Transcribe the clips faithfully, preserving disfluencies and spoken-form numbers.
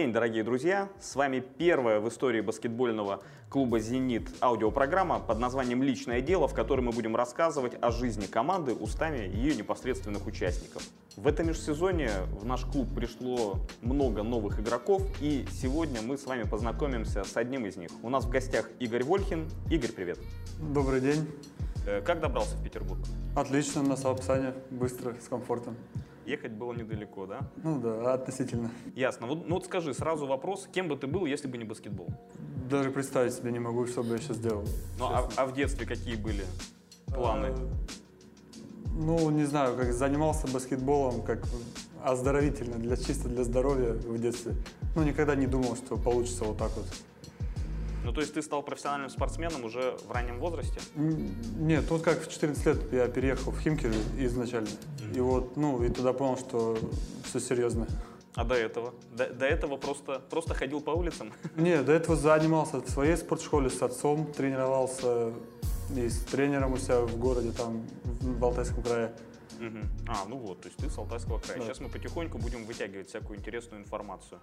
день, дорогие друзья! С вами первая в истории баскетбольного клуба «Зенит» аудиопрограмма под названием «Личное дело», в которой мы будем рассказывать о жизни команды устами ее непосредственных участников. В этом межсезонье в наш клуб пришло много новых игроков, и сегодня мы с вами познакомимся с одним из них. У нас в гостях Игорь Вольхин. Игорь, привет! Добрый день! Как добрался в Петербург? Отлично, на Сапсане, быстро, с комфортом. Ехать было недалеко, да? Ну да, относительно. Ясно. Вот, ну вот скажи сразу вопрос, кем бы ты был, если бы не баскетбол? Даже представить себе не могу, что бы я сейчас делал. Ну а, а в детстве какие были планы? А, ну, не знаю, как занимался баскетболом, как оздоровительно, для, чисто для здоровья в детстве. Ну, никогда не думал, что получится вот так вот. Ну, то есть ты стал профессиональным спортсменом уже в раннем возрасте? Нет, вот как в четырнадцать лет я переехал в Химки изначально. Mm-hmm. И вот, ну, и тогда понял, что все серьезно. А до этого? До, до этого просто, просто ходил по улицам? Нет, до этого занимался в своей спортшколе с отцом, тренировался и с тренером у себя в городе, там, в Алтайском крае. Угу. А, ну вот, то есть ты с Алтайского края. Да. Сейчас мы потихоньку будем вытягивать всякую интересную информацию.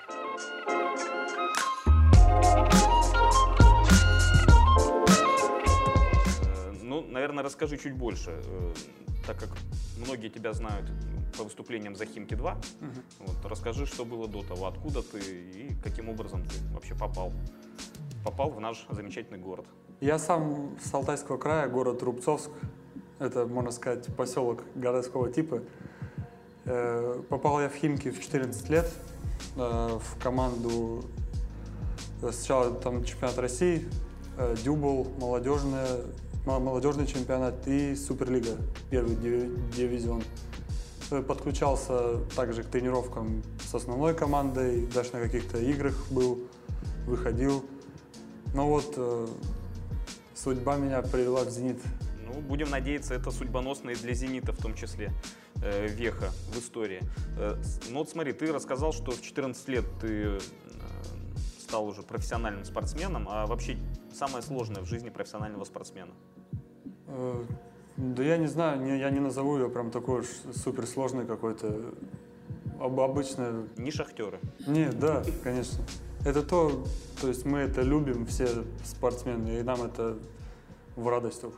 Ну, наверное, расскажи чуть больше, так как многие тебя знают по выступлениям за Химки два. Угу. Вот, расскажи, что было до того, откуда ты и каким образом ты вообще попал, попал в наш замечательный город. Я сам с Алтайского края, город Рубцовск. Это, можно сказать, поселок городского типа. Попал я в Химки в четырнадцать лет в команду. Сначала там чемпионат России, дюбл, молодежная. молодежный чемпионат и Суперлига, первый дивизион. Подключался также к тренировкам с основной командой, даже на каких-то играх был, выходил. Но вот э, судьба меня привела в «Зенит». Ну, будем надеяться, это судьбоносная для «Зенита» в том числе э, веха в истории. Э, ну вот смотри, ты рассказал, что в четырнадцать лет ты э, стал уже профессиональным спортсменом, а вообще самое сложное в жизни профессионального спортсмена? Э, да я не знаю, не, я не назову ее прям такой уж суперсложной какой-то, об, обычной. Не шахтеры? Нет, да, конечно. Это то, то есть мы это любим, все спортсмены, и нам это в радость только.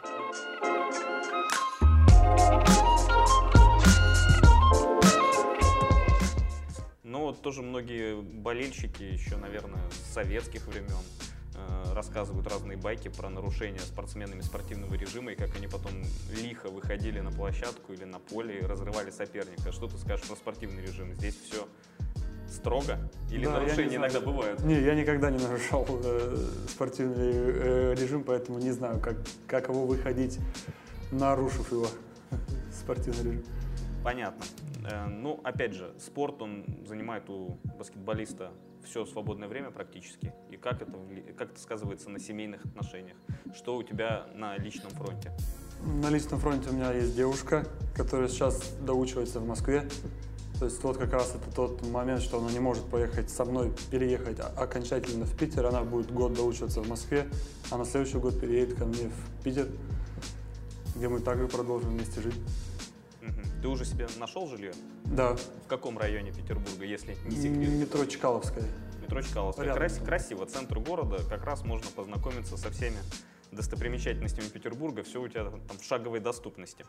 Ну вот тоже многие болельщики еще, наверное, с советских времен э, рассказывают разные байки про нарушения спортсменами спортивного режима и как они потом лихо выходили на площадку или на поле и разрывали соперника. Что ты скажешь про спортивный режим? Здесь все строго? Или да, нарушения иногда бывают? Не, я никогда не нарушал э, спортивный э, режим, поэтому не знаю, как, как его выходить, нарушив его спортивный режим. Понятно. Ну, опять же, спорт, он занимает у баскетболиста все свободное время практически. И как это, как это сказывается на семейных отношениях? Что у тебя на личном фронте? На личном фронте у меня есть девушка, которая сейчас доучивается в Москве. То есть вот как раз это тот момент, что она не может поехать со мной, переехать окончательно в Питер. Она будет год доучиваться в Москве, а на следующий год переедет ко мне в Питер, где мы также продолжим вместе жить. Ты уже себе нашел жилье? Да. В каком районе Петербурга, если не секрет? Метро Чкаловская. Метро Чкаловская. Крас- красиво, центр города. Как раз можно познакомиться со всеми достопримечательностями Петербурга. Все у тебя там в шаговой доступности.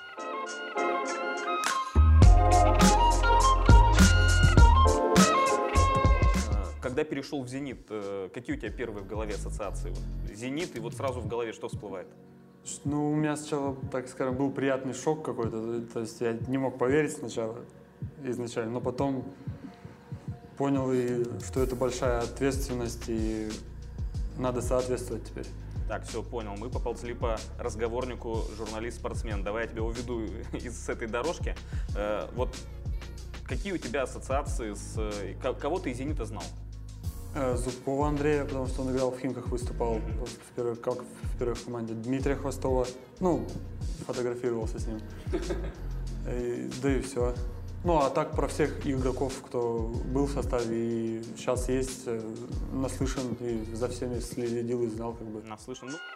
Когда перешел в «Зенит», какие у тебя первые в голове ассоциации? Вот «Зенит» и вот сразу в голове что всплывает? Ну, у меня сначала, так скажем, был приятный шок какой-то, то есть я не мог поверить сначала, изначально, но потом понял, и, что это большая ответственность, и надо соответствовать теперь. Так, все, понял, мы поползли по разговорнику журналист-спортсмен. Давай я тебя уведу из этой дорожки. Э, вот какие у тебя ассоциации с... Кого ты из «Зенита» знал? Зубкова Андрея, потому что он играл в Химках, выступал mm-hmm. в первой, как в первой команде. Дмитрия Хвостова, ну, фотографировался с ним. И, да и все. Ну, а так про всех игроков, кто был в составе и сейчас есть, наслышан и за всеми следил и знал, как бы. Наслышан, ну.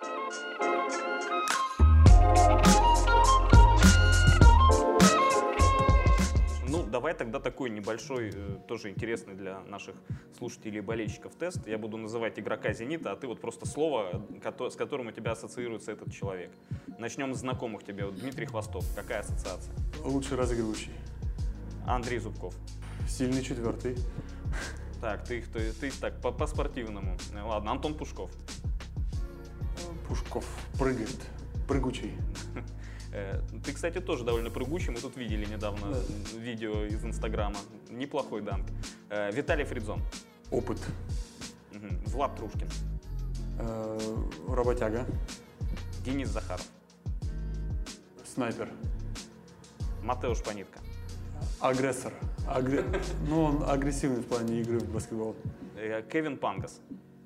давай тогда такой небольшой, тоже интересный для наших слушателей и болельщиков тест. Я буду называть игрока «Зенита», а ты вот просто слово, с которым у тебя ассоциируется этот человек. Начнем с знакомых тебе. Вот Дмитрий Хвостов. Какая ассоциация? Лучший разыгрывающий. Андрей Зубков. Сильный четвертый. Так, ты, ты, ты так, по, по-спортивному. Ладно, Антон Пушков. Пушков прыгает. Прыгучий. Ты, кстати, тоже довольно прыгучий. Мы тут видели недавно да. видео из Инстаграма. Неплохой данк. Виталий Фридзон. Опыт. Влад Трушкин. Работяга. Денис Захаров. Снайпер. Матеуш Панитка. Агрессор. Агр... Ну, он агрессивный в плане игры в баскетбол. Кевин Пангас.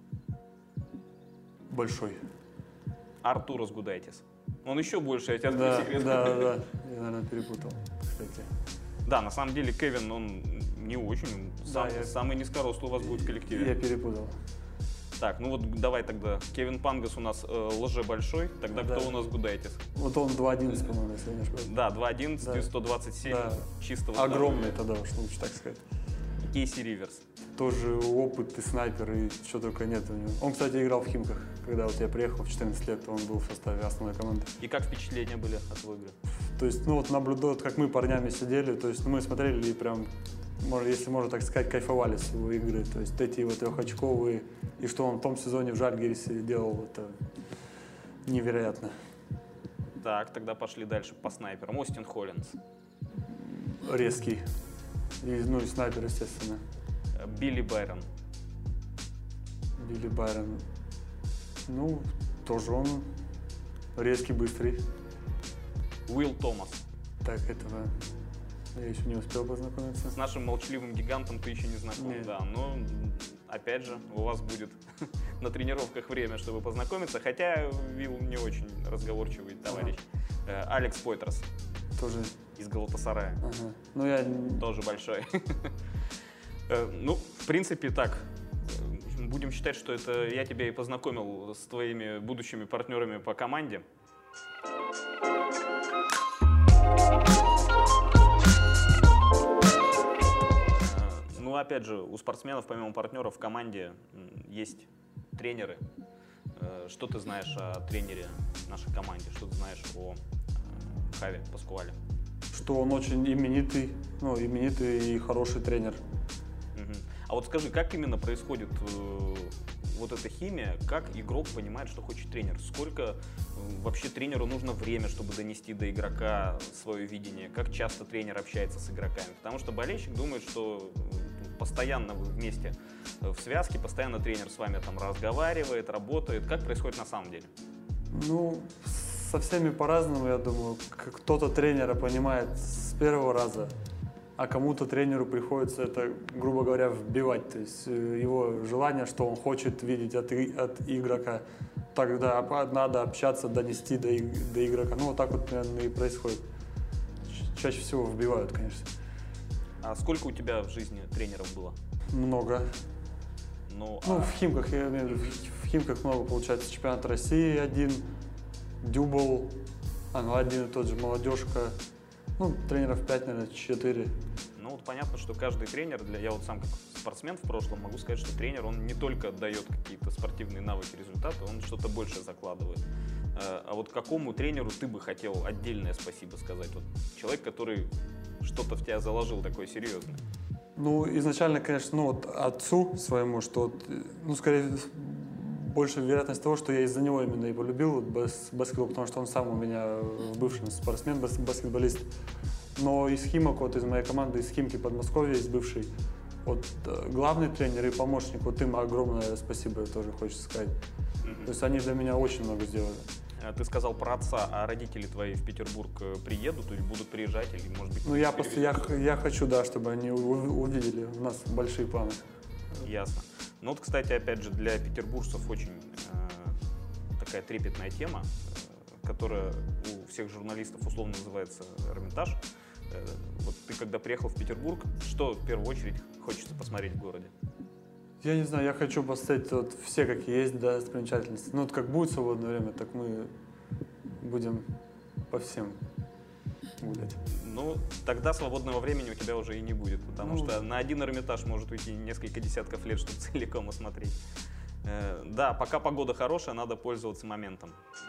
Большой. Артурос Гудайтис. Он еще больше, я тебя да, секрет. Да, да, да. Я, наверное, перепутал, кстати. Да, на самом деле Кевин, он не очень. Сам, да, я... Самый низкорослый у вас будет в коллективе. Я перепутал. Так, ну вот давай тогда. Кевин Пангас у нас э, лже-большой, тогда да. Кто у нас Гудайтис? Вот он два одиннадцать, по-моему, если я не ошибаюсь. Да, два одиннадцать, да. сто двадцать семь да. чистого. Огромный тогда уж, лучше так сказать. Кейси Риверс. Тоже опыт и снайпер, и что только нет у него. Он, кстати, играл в Химках, когда вот я приехал в четырнадцать лет, он был в составе основной команды. И как впечатления были от его игры? То есть, ну вот наблюдают, как мы парнями сидели, то есть мы смотрели и прям, если можно так сказать, кайфовали с его игры. То есть эти вот трехочковые, и что он в том сезоне в Жальгирисе делал, это невероятно. Так, тогда пошли дальше по снайперам. Остин Холлинс. Резкий. И, ну и снайпер, естественно. Билли Байрон. Билли Байрон. Ну, тоже он резкий, быстрый. Уилл Томас. Так, этого я еще не успел познакомиться. С нашим молчаливым гигантом ты еще не знаком, Нет. да. Но, опять же, у вас будет на тренировках время, чтобы познакомиться. Хотя Уилл не очень разговорчивый товарищ. Ага. Алекс Пойтерс. Тоже. Из Галатасарая. Ага. Ну, я... Тоже большой. Ну, в принципе, так. Будем считать, что это я тебя и познакомил с твоими будущими партнерами по команде. Ну, опять же, у спортсменов, помимо партнеров, в команде есть тренеры. Что ты знаешь о тренере нашей команде? Что ты знаешь о Хаве Паскуале? Что он очень именитый, ну, именитый и хороший тренер. Угу. А вот скажи, как именно происходит э, вот эта химия, как игрок понимает, что хочет тренер? Сколько э, вообще тренеру нужно время, чтобы донести до игрока свое видение? Как часто тренер общается с игроками? Потому что болельщик думает, что постоянно вы вместе в связке, постоянно тренер с вами там разговаривает, работает. Как происходит на самом деле? Ну, со всеми по-разному, я думаю. Кто-то тренера понимает с первого раза, а кому-то тренеру приходится это, грубо говоря, вбивать. То есть его желание, что он хочет видеть от, от игрока. Тогда надо общаться, донести до, до игрока. Ну, вот так вот, наверное, и происходит. Чаще всего вбивают, конечно. А сколько у тебя в жизни тренеров было? Много. Ну, ну а... в Химках, я имею в виду, в Химках много, получается, чемпионат России один, Дюбл, а, ну, один и тот же, молодежка. Ну, тренеров пять, наверное, четыре. Ну, вот понятно, что каждый тренер, для, я вот сам как спортсмен в прошлом могу сказать, что тренер, он не только дает какие-то спортивные навыки, результаты, он что-то большее закладывает. А вот какому тренеру ты бы хотел отдельное спасибо сказать? Вот человек, который что-то в тебя заложил такое серьезное. Ну, изначально, конечно, ну, вот отцу своему, что, ну, скорее, больше вероятность того, что я из-за него именно и полюбил вот, бас баскетбол, потому что он сам у меня бывший спортсмен, бас баскетболист. Но из Химок, вот из моей команды, из Химки Подмосковья, из бывшей, вот главный тренер и помощник, вот им огромное спасибо тоже хочется сказать. Mm-hmm. То есть они для меня очень много сделали. Ты сказал про отца, а родители твои в Петербург приедут или будут приезжать, или, может быть... Ну, я, просто, я, я хочу, да, чтобы они увидели, у нас большие планы. Ясно. Ну, вот, кстати, опять же, для петербуржцев очень э, такая трепетная тема, э, которая у всех журналистов условно называется Эрмитаж. Э, вот ты, когда приехал в Петербург, что в первую очередь хочется посмотреть в городе? Я не знаю, я хочу посмотреть вот все, какие есть, да, достопримечательности. Ну, вот как будет свободное время, так мы будем по всем гулять. Ну, тогда свободного времени у тебя уже и не будет, потому Ну, что на один Эрмитаж может уйти несколько десятков лет, чтобы целиком осмотреть. Э, да, пока погода хорошая, надо пользоваться моментом.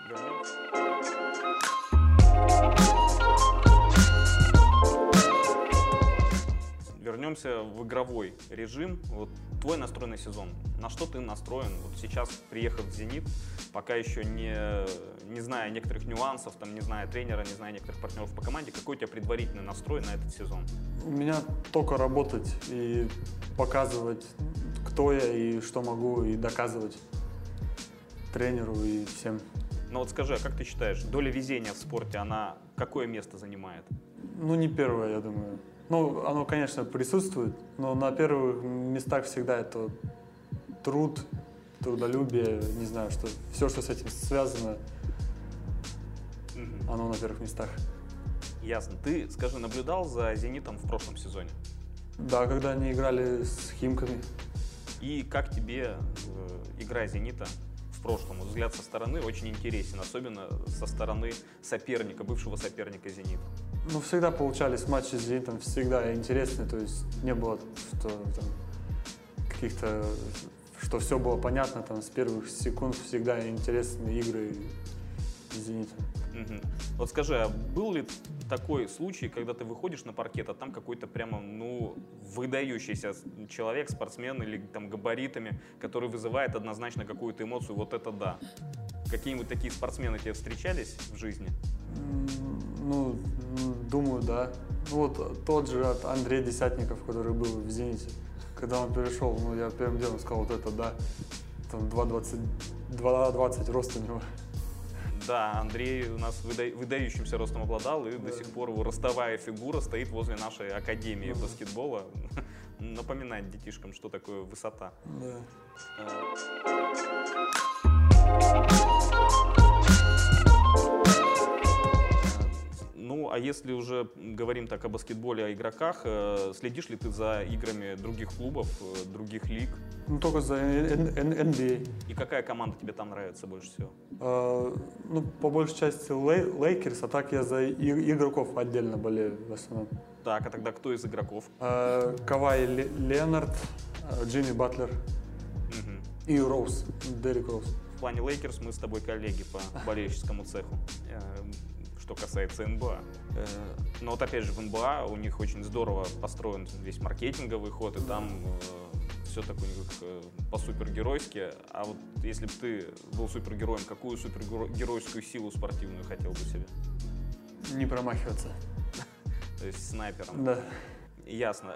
Вернемся в игровой режим. Вот твой настроенный сезон. На что ты настроен? Вот сейчас, приехав в «Зенит», пока еще не, не зная некоторых нюансов, там, не зная тренера, не зная некоторых партнеров по команде, какой у тебя предварительный настрой на этот сезон? У меня только работать и показывать, кто я и что могу, и доказывать тренеру и всем. Ну вот скажи, а как ты считаешь, доля везения в спорте, она какое место занимает? Ну, не первое, я думаю. Ну, оно, конечно, присутствует, но на первых местах всегда это труд, трудолюбие, не знаю, что все, что с этим связано, Мгм. оно на первых местах. Ясно. Ты, скажи, наблюдал за «Зенитом» в прошлом сезоне? Да, когда они играли с Химками. И как тебе э, игра «Зенита» в прошлом? Вот взгляд со стороны очень интересен, особенно со стороны соперника, бывшего соперника «Зенита». Ну, всегда получались матчи с «Зенитом», всегда интересные, то есть не было, что там каких-то, что все было понятно, там с первых секунд всегда интересные игры с «Зенитом». Мгм. Вот скажи, а был ли такой случай, когда ты выходишь на паркет, а там какой-то прямо, ну, выдающийся человек, спортсмен или там габаритами, который вызывает однозначно какую-то эмоцию, вот это да. Какие-нибудь такие спортсмены тебе встречались в жизни? М, Ну, м, думаю, да. Ну, вот тот же от Андрей Десятников, который был в «Зените». Когда он перешел, ну, я первым делом сказал, вот это да. Там два двадцать, два двадцать рост у него. Да, Андрей у нас выда- выдающимся ростом обладал, и Да. до сих пор его ростовая фигура стоит возле нашей академии Да. баскетбола. Напоминает детишкам, что такое высота. Да. Ну, а если уже говорим так о баскетболе, о игроках, э, следишь ли ты за играми других клубов, э, других лиг? Ну, только за Н- Н- эн би эй. И какая команда тебе там нравится больше всего? А, ну, по большей части Лей- Лейкерс, а так я за и- игроков отдельно болею в основном. Так, а тогда кто из игроков? А, Кавай Ле- Леонард, а, Джимми Батлер Мгм. и Роуз, Дерек Роуз. В плане Лейкерс мы с тобой коллеги по болельческому цеху, э, что касается эн бэ а. Э, Но вот опять же в эн бэ а у них очень здорово построен весь маркетинговый ход, и там все так у них э, по-супергеройски. А вот если бы ты был супергероем, какую супергеройскую силу спортивную хотел бы себе? Не промахиваться. То есть снайпером. Да. Ясно.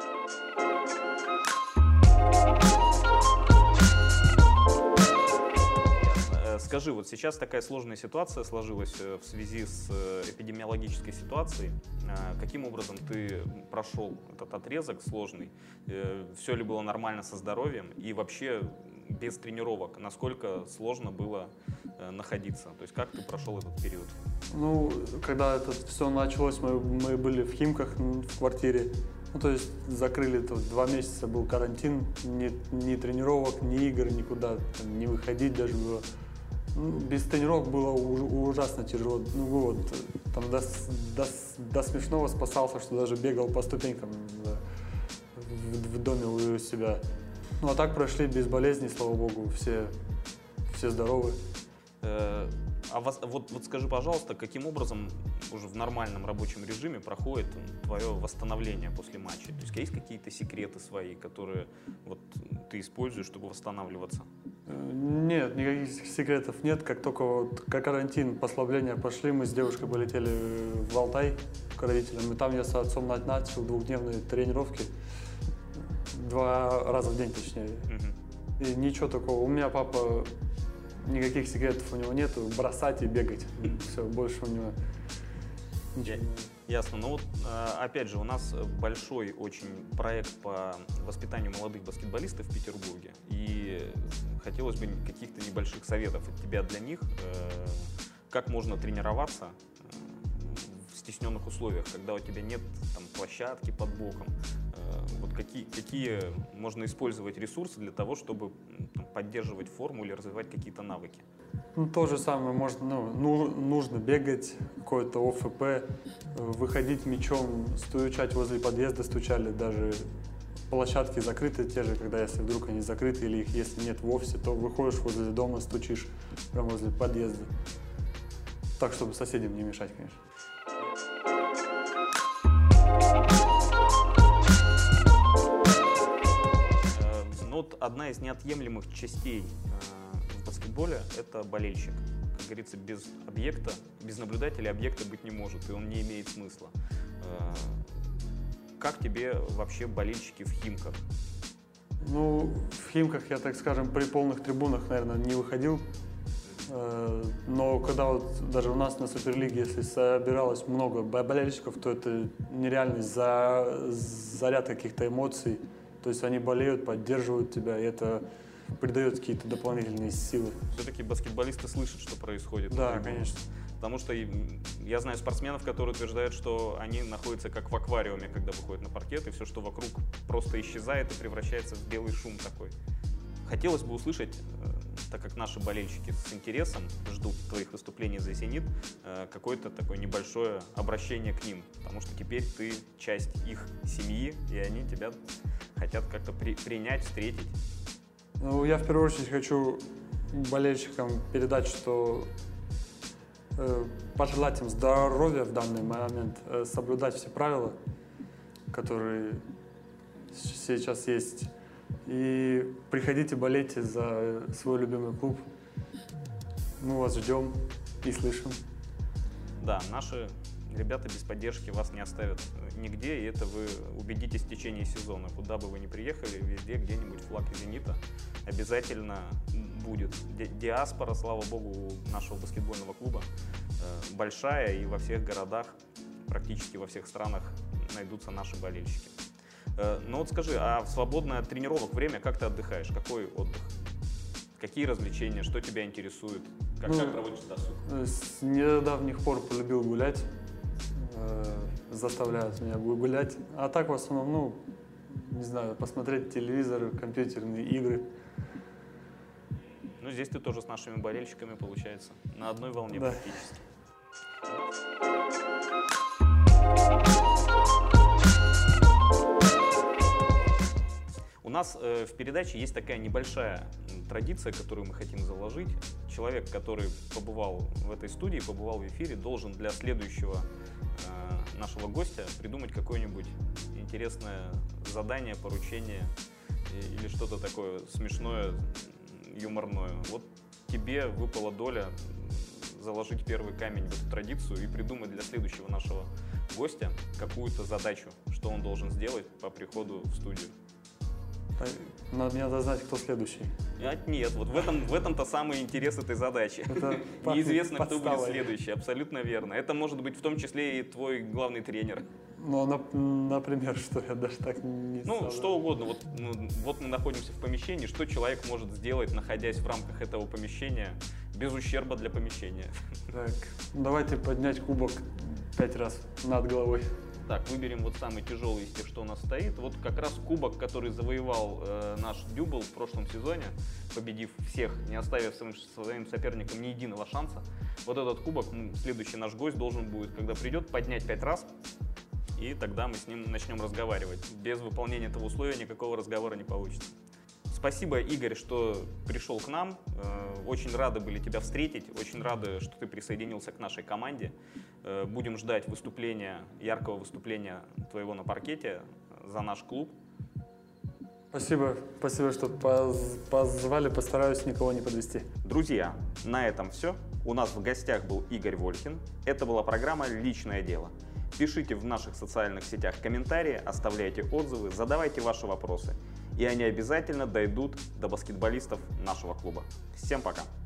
Э, Скажи, вот сейчас такая сложная ситуация сложилась э, в связи с э, эпидемиологической ситуацией. Э, Каким образом ты прошел этот отрезок сложный? Все ли было нормально со здоровьем? И вообще без тренировок, насколько сложно было э, находиться? То есть как ты прошел этот период? Ну, когда это все началось, мы, мы были в Химках м, в квартире. Ну, то есть закрыли тут два месяца, был карантин, ни, ни тренировок, ни игр, никуда там, не выходить даже было. Ну, без тренировок было у- ужасно тяжело. Ну вот, там до, с- до, с- до смешного спасался, что даже бегал по ступенькам да, в, в доме у себя. Ну а так прошли без болезней, слава богу, все, все здоровы. Э, А вас- вот, вот скажи, пожалуйста, каким образом уже в нормальном рабочем режиме проходит твое восстановление после матча? То есть есть какие-то секреты свои, которые вот ты используешь, чтобы восстанавливаться? Э, Нет, никаких секретов нет. Как только вот как карантин, послабления пошли, мы с девушкой полетели в Алтай к родителям. И там я с отцом на- начал двухдневные тренировки. Два раза в день, точнее. Мгм. И ничего такого. У меня папа, никаких секретов у него нету. Бросать и бегать. Все, больше у него ничего. Я- Ясно. Ну вот, э, опять же, у нас большой очень проект по воспитанию молодых баскетболистов в Петербурге. И хотелось бы каких-то небольших советов от тебя для них. Э, Как можно тренироваться э, в стесненных условиях, когда у тебя нет там, площадки под боком? Э, Вот какие, какие можно использовать ресурсы для того, чтобы м, там, поддерживать форму или развивать какие-то навыки? Ну, то же самое, можно, ну, ну, нужно бегать, какое-то ОФП, выходить мячом, стучать возле подъезда, стучали даже площадки закрыты те же, когда если вдруг они закрыты или их если нет вовсе, то выходишь возле дома, стучишь прямо возле подъезда. Так, чтобы соседям не мешать, конечно. Ну, вот одна из неотъемлемых частей в баскетболе – это болельщик. Как говорится, без объекта, без наблюдателя объекта быть не может, и он не имеет смысла. Как тебе вообще болельщики в Химках? Ну, в Химках я, так скажем, при полных трибунах, наверное, не выходил. Но когда вот даже у нас на Суперлиге, если собиралось много болельщиков, то это нереальный за... заряд каких-то эмоций. То есть они болеют, поддерживают тебя, и это придает какие-то дополнительные силы. Все-таки баскетболисты слышат, что происходит. Да, конечно. Потому что я знаю спортсменов, которые утверждают, что они находятся как в аквариуме, когда выходят на паркет, и все, что вокруг, просто исчезает и превращается в белый шум такой. Хотелось бы услышать, так как наши болельщики с интересом ждут твоих выступлений за «Зенит», какое-то такое небольшое обращение к ним, потому что теперь ты часть их семьи, и они тебя хотят как-то при, принять, встретить. Ну, я в первую очередь хочу болельщикам передать, что э, пожелать им здоровья в данный момент, э, соблюдать все правила, которые сейчас есть. И приходите, болейте за свой любимый клуб. Мы вас ждем и слышим. Да, наши ребята без поддержки вас не оставят нигде, и это вы убедитесь в течение сезона. Куда бы вы ни приехали, везде где-нибудь флаг «Зенита» обязательно будет. Диаспора, слава богу, у нашего баскетбольного клуба большая, и во всех городах, практически во всех странах найдутся наши болельщики. Ну вот скажи, а в свободное от тренировок время как ты отдыхаешь? Какой отдых? Какие развлечения? Что тебя интересует? Как, ну, как проводишь досуг? С недавних пор полюбил гулять. Э, заставляют меня гулять. А так в основном, ну, не знаю, посмотреть телевизор, компьютерные игры. Ну, здесь ты тоже с нашими болельщиками, получается, на одной волне, да, практически. У нас э, в передаче есть такая небольшая традиция, которую мы хотим заложить. Человек, который побывал в этой студии, побывал в эфире, должен для следующего э, нашего гостя придумать какое-нибудь интересное задание, поручение или что-то такое смешное, юморное. Вот тебе выпала доля заложить первый камень в эту традицию и придумать для следующего нашего гостя какую-то задачу, что он должен сделать по приходу в студию. Надо, мне надо знать, кто следующий. Нет, нет, вот в этом, в этом-то самый интерес этой задачи. Неизвестно, кто будет следующий, абсолютно верно. Это может быть в том числе и твой главный тренер. Ну, например, что я даже так не Ну, что угодно. Вот, ну, вот мы находимся в помещении, что человек может сделать, находясь в рамках этого помещения, без ущерба для помещения? Так, давайте поднять кубок пять раз над головой. Так, выберем вот самый тяжелый из тех, что у нас стоит. Вот как раз кубок, который завоевал э, наш Дюбл в прошлом сезоне, победив всех, не оставив своим, своим соперникам ни единого шанса. Вот этот кубок, ну, следующий наш гость должен будет, когда придет, поднять пять раз, и тогда мы с ним начнем разговаривать. Без выполнения этого условия никакого разговора не получится. Спасибо, Игорь, что пришел к нам. Очень рады были тебя встретить, очень рады, что ты присоединился к нашей команде. Будем ждать выступления, яркого выступления твоего на паркете за наш клуб. Спасибо, спасибо, что позвали, постараюсь никого не подвести. Друзья, на этом все. У нас в гостях был Игорь Волькин. Это была программа «Личное дело». Пишите в наших социальных сетях комментарии, оставляйте отзывы, задавайте ваши вопросы. И они обязательно дойдут до баскетболистов нашего клуба. Всем пока!